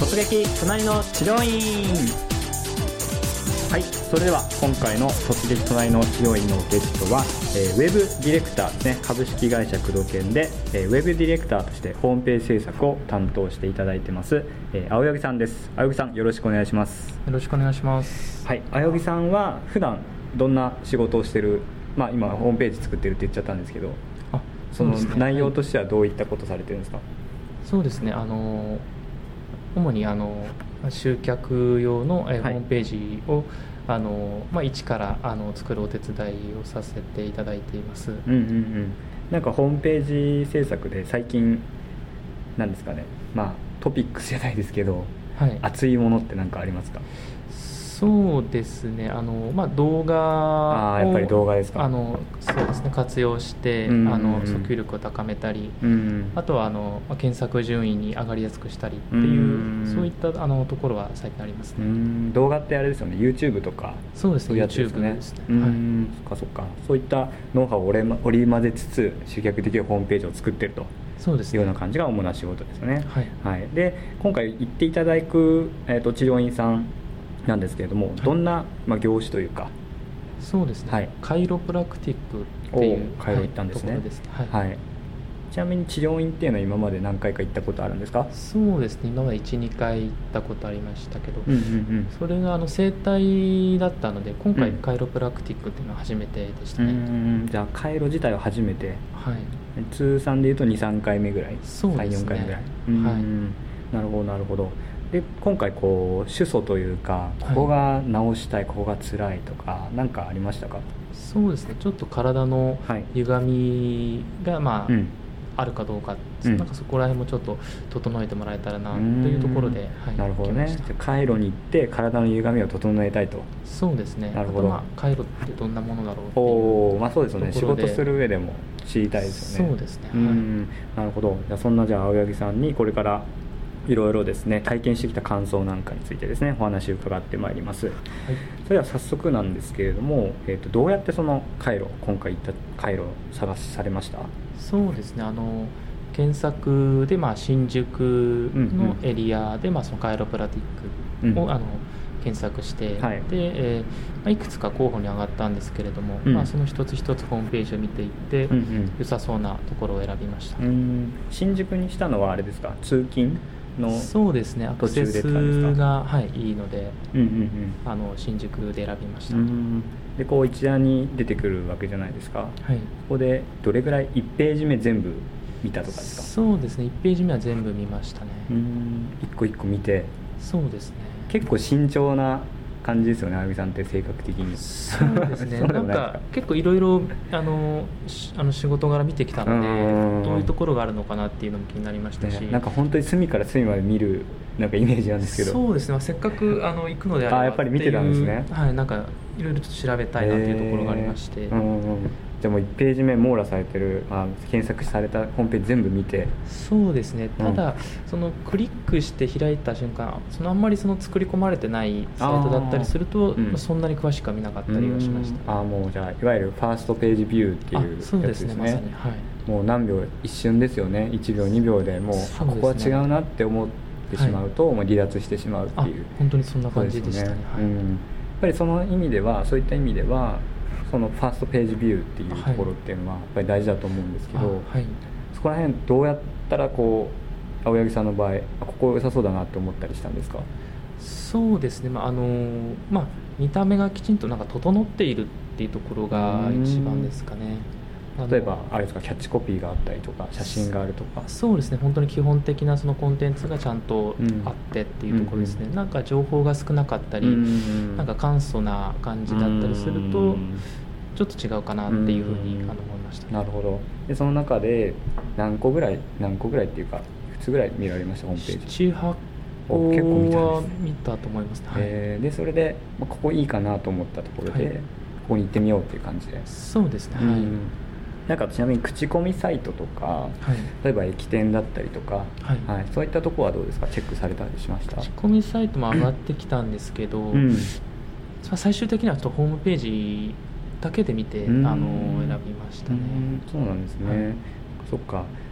突撃隣の治療院。はい、それでは今回の突撃隣の治療院のゲストは、ウェブディレクターですね。株式会社工藤研で、ウェブディレクターとしてホームページ制作を担当していただいてます、青柳さんです。青柳さん、よろしくお願いします。 よろしくお願いします。 はい、青柳さんは普段どんな仕事をしてる、今ホームページ作ってるって言っちゃったんですけど、その内容としてはどういったことされてるんですか？ そうですね、主に集客用の、ホームページを一から作るお手伝いをさせていただいています。 なんかホームページ制作で最近なんですかね、トピックスじゃないですけど、熱いものって何かありますか？ そうですね、動画をやっぱり動画ですか？ そうですね、活用して訴求力を高めたり、あとは検索順位に上がりやすくしたりっていう、そういったところは最近ありますね。 動画ってあれですよね、 YouTube とか。 そうですね、 そういうやつですね。 YouTube ですね。 そっか。そういったノウハウを織り交ぜつつ集客できるホームページを作ってるというような感じが主な仕事ですよね。で、今回行っていただく、治療院さんなんですけれども、どんな、業種というか。 そうですね、カイロプラクティックっていうカイロ行ったんですね。 ところです。 ちなみに治療院っていうのは今まで何回か行ったことあるんですか？ そうですね、今まで 1,2 回行ったことありましたけど、それが整体だったので、今回カイロプラクティックっていうのは初めてでしたね。 じゃあカイロ自体は初めて。通算でいうと 2,3 回目ぐらい。 そうですね、 3,4回目ぐらい。なるほどなるほど。で、今回こう主訴というか、ここが直したい、ここが辛いとか何かありましたか？ そうですね、ちょっと体の歪みがあるかどうか、なんかそこら辺もちょっと整えてもらえたらなというところで。 なるほどね。カイロに行って体の歪みを整えたいと。 そうですね。 なるほど。 カイロってどんなものだろうっていう。 そうですよね、仕事する上でも知りたいですよね。 そうですね。 なるほど。じゃあそんな青柳さんにこれからいろいろですね、体験してきた感想なんかについてですね、お話を伺ってまいります。それでは早速なんですけれども、どうやってそのカイロ、今回行ったカイロを探しされました？ そうですね、検索で新宿のエリアでそのカイロプラティックを検索して、でいくつか候補に上がったんですけれども、その一つ一つホームページを見ていって、良さそうなところを選びました。 新宿にしたのはあれですか、通勤の？ そうですね、アクセスがいいので、新宿で選びました。 で、こう一覧に出てくるわけじゃないですか。ここでどれぐらい1ページ目全部見たとかですか？ そうですね、1ページ目は全部見ましたね。 一個一個見て。 そうですね、 結構慎重な感じですよね、青柳さんって性格的に。 そうですねなんか結構いろいろ仕事柄見てきたので、どういうところがあるのかなっていうのも気になりましたし、 なんか本当に隅から隅まで見るなんかイメージなんですけど。 そうですね、せっかく行くのであればやっぱり見てたんですね。 なんかいろいろちょっと調べたいなっていうところがありまして、 じゃあもう1ページ目網羅されてる、検索されたホームページ全部見て。 そうですね、ただ、そのクリックして開いた瞬間、あんまり作り込まれてないサイトだったりすると、そんなに詳しくは見なかったりはしました。 もうじゃあいわゆるファーストページビューっていうやつですね。 そうですね、まさに。 もう何秒、一瞬ですよね、1秒2秒でもうここは違うなって思ってしまうと、もう離脱してしまうっていう。 本当にそんな感じでしたね。 やっぱりその意味では、そういった意味ではそのファーストページビューっていうところっていうのはやっぱり大事だと思うんですけど、そこら辺どうやったら青柳さんの場合ここ良さそうだなって思ったりしたんですか？ そうですね、見た目がきちんと整っているっていうところが一番ですかね。 例えばあれですか、キャッチコピーがあったりとか写真があるとか。 そうですね、本当に基本的なそのコンテンツがちゃんとあってっていうところですね。なんか情報が少なかったり、なんか簡素な感じだったりするとちょっと違うかなっていうふうに思いました。 なるほど。でその中で何個ぐらいっていうかいくつぐらい見られました？ホームページ 7,8 個は見たと思いますね。 でそれでここいいかなと思ったところで、ここに行ってみようっていう感じで。 そうですね、 なんかちなみに口コミサイトとか、例えば駅店だったりとか、そういったところはどうですか？チェックされたりしました？ 口コミサイトも上がってきたんですけど、最終的にはホームページだけで見て選びましたね。 そうなんですね。そっか。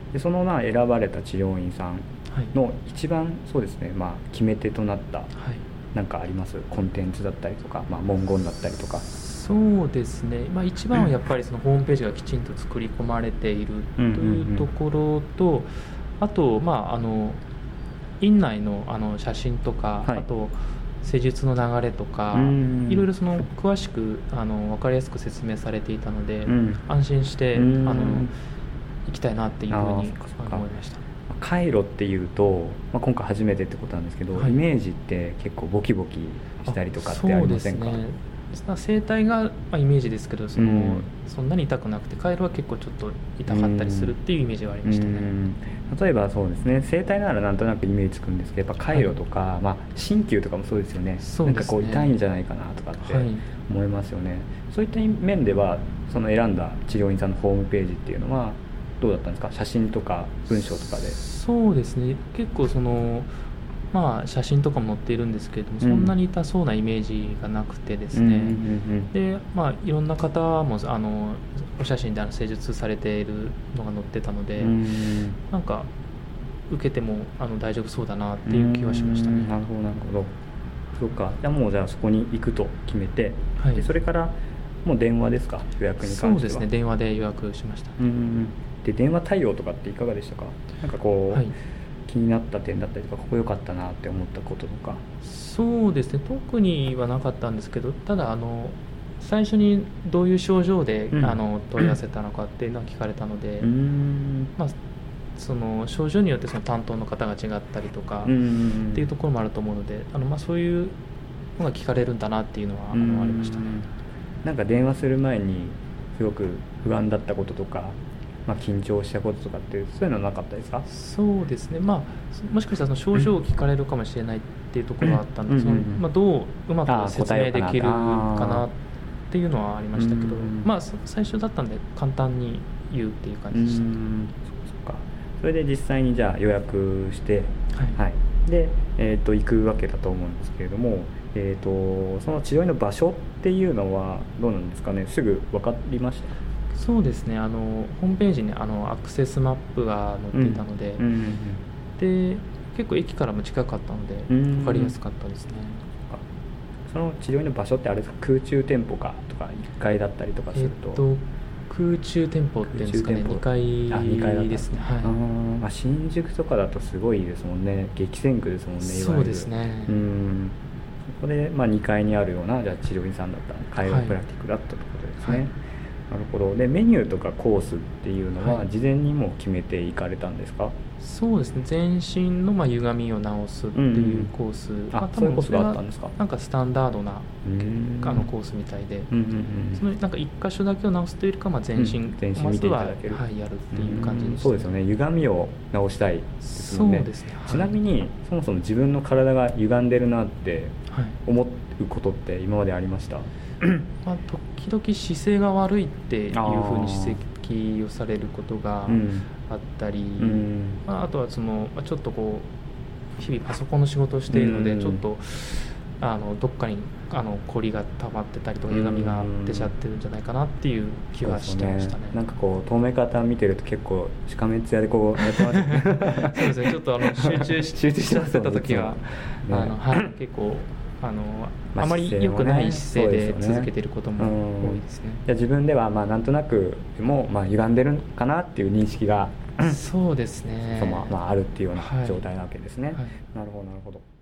でその選ばれた治療院さんの一番そうですね、決め手となった何かあります？コンテンツだったりとか、文言だったりとか。 そうですね、一番はやっぱりそのホームページがきちんと作り込まれているというところと、あと院内の写真とか、あと施術の流れとか、いろいろその詳しく分かりやすく説明されていたので、安心して行きたいなっていうふうに思いました。 回路っていうと、今回初めてってことなんですけど、イメージって結構ボキボキしたりとかってありませんか？ そうですね、整体がイメージですけど、そんなに痛くなくて、回路は結構ちょっと痛かったりするっていうイメージがありましたね。 例えばそうですね、整体ならなんとなくイメージつくんですけど、やっぱ回路とか、鍼灸とかもそうですよね。なんか痛いんじゃないかなとかって思いますよね。そういった面ではその選んだ治療院さんのホームページっていうのはどうだったんですか？写真とか文章とかで。 そうですね、結構写真とかも載っているんですけれども、そんなに痛そうなイメージがなくてですね、でいろんな方もお写真で施術されているのが載ってたので、なんか受けても大丈夫そうだなっていう気はしましたね。 なるほどなるほど。そうか。じゃあそこに行くと決めて、でそれからもう電話ですか？予約に関しては。 そうですね、電話で予約しました。 で電話対応とかっていかがでしたか？なんか気になった点だったりとか、ここ良かったなって思ったこととか。 そうですね、特にはなかったんですけど、ただ最初にどういう症状で、問い合わせたのかっていうのは聞かれたので、その症状によってその担当の方が違ったりとかっていうところもあると思うので、そういうのが聞かれるんだなっていうのはありましたね。 なんか電話する前にすごく不安だったこととか、緊張したこととかってそういうのはなかったですか？ そうですね、もしかしたらその症状を聞かれるかもしれないっていうところがあったので、どううまく説明できるかなっていうのはありましたけど、最初だったんで簡単に言うっていう感じでした。 そうか。それで実際にじゃあ予約して、で、行くわけだと思うんですけれども、その治療院の場所っていうのはどうなんですかね？すぐ分かりました？ そうですね、ホームページにアクセスマップが載っていたので、で結構駅からも近かったので分かりやすかったですね。 その治療院の場所ってあれですか？空中店舗かとか1階だったりとかすると、 空中店舗っていうんですかね、2階ですね。 新宿とかだとすごいですもんね。激戦区ですもんね。 そうですね。 そこで2階にあるようなじゃあ治療院さんだったカイロプラティックだったということですね。なるほど。でメニューとかコースっていうのは事前にも決めていかれたんですか？ そうですね、全身の歪みを直すっていうコース、 そういうコースがあったんですか？ なんかスタンダードなコースみたいで、そのなんか一箇所だけを直すというよりかは全身まずはやるっていう感じでした。 そうですよね、歪みを直したいですもんね。 そうですね。 ちなみにそもそも自分の体が歪んでるなって思うことって今までありました？ 時々姿勢が悪いっていうふうに指摘をされることがあったり、あとはちょっと日々パソコンの仕事をしているので、ちょっとどっかに凝りが溜まってたりとか歪みが出ちゃってるんじゃないかなっていう気はしてましたね。 なんか透明方見てると結構しかめっ面でやってますね。 そうですね、ちょっと集中しちゃってた時は結構あまり良くない姿勢で続けていることも多いですね。 じゃあ自分ではなんとなくも歪んでるかなっていう認識がそうですね、 あるっていうような状態なわけですね。なるほどなるほど。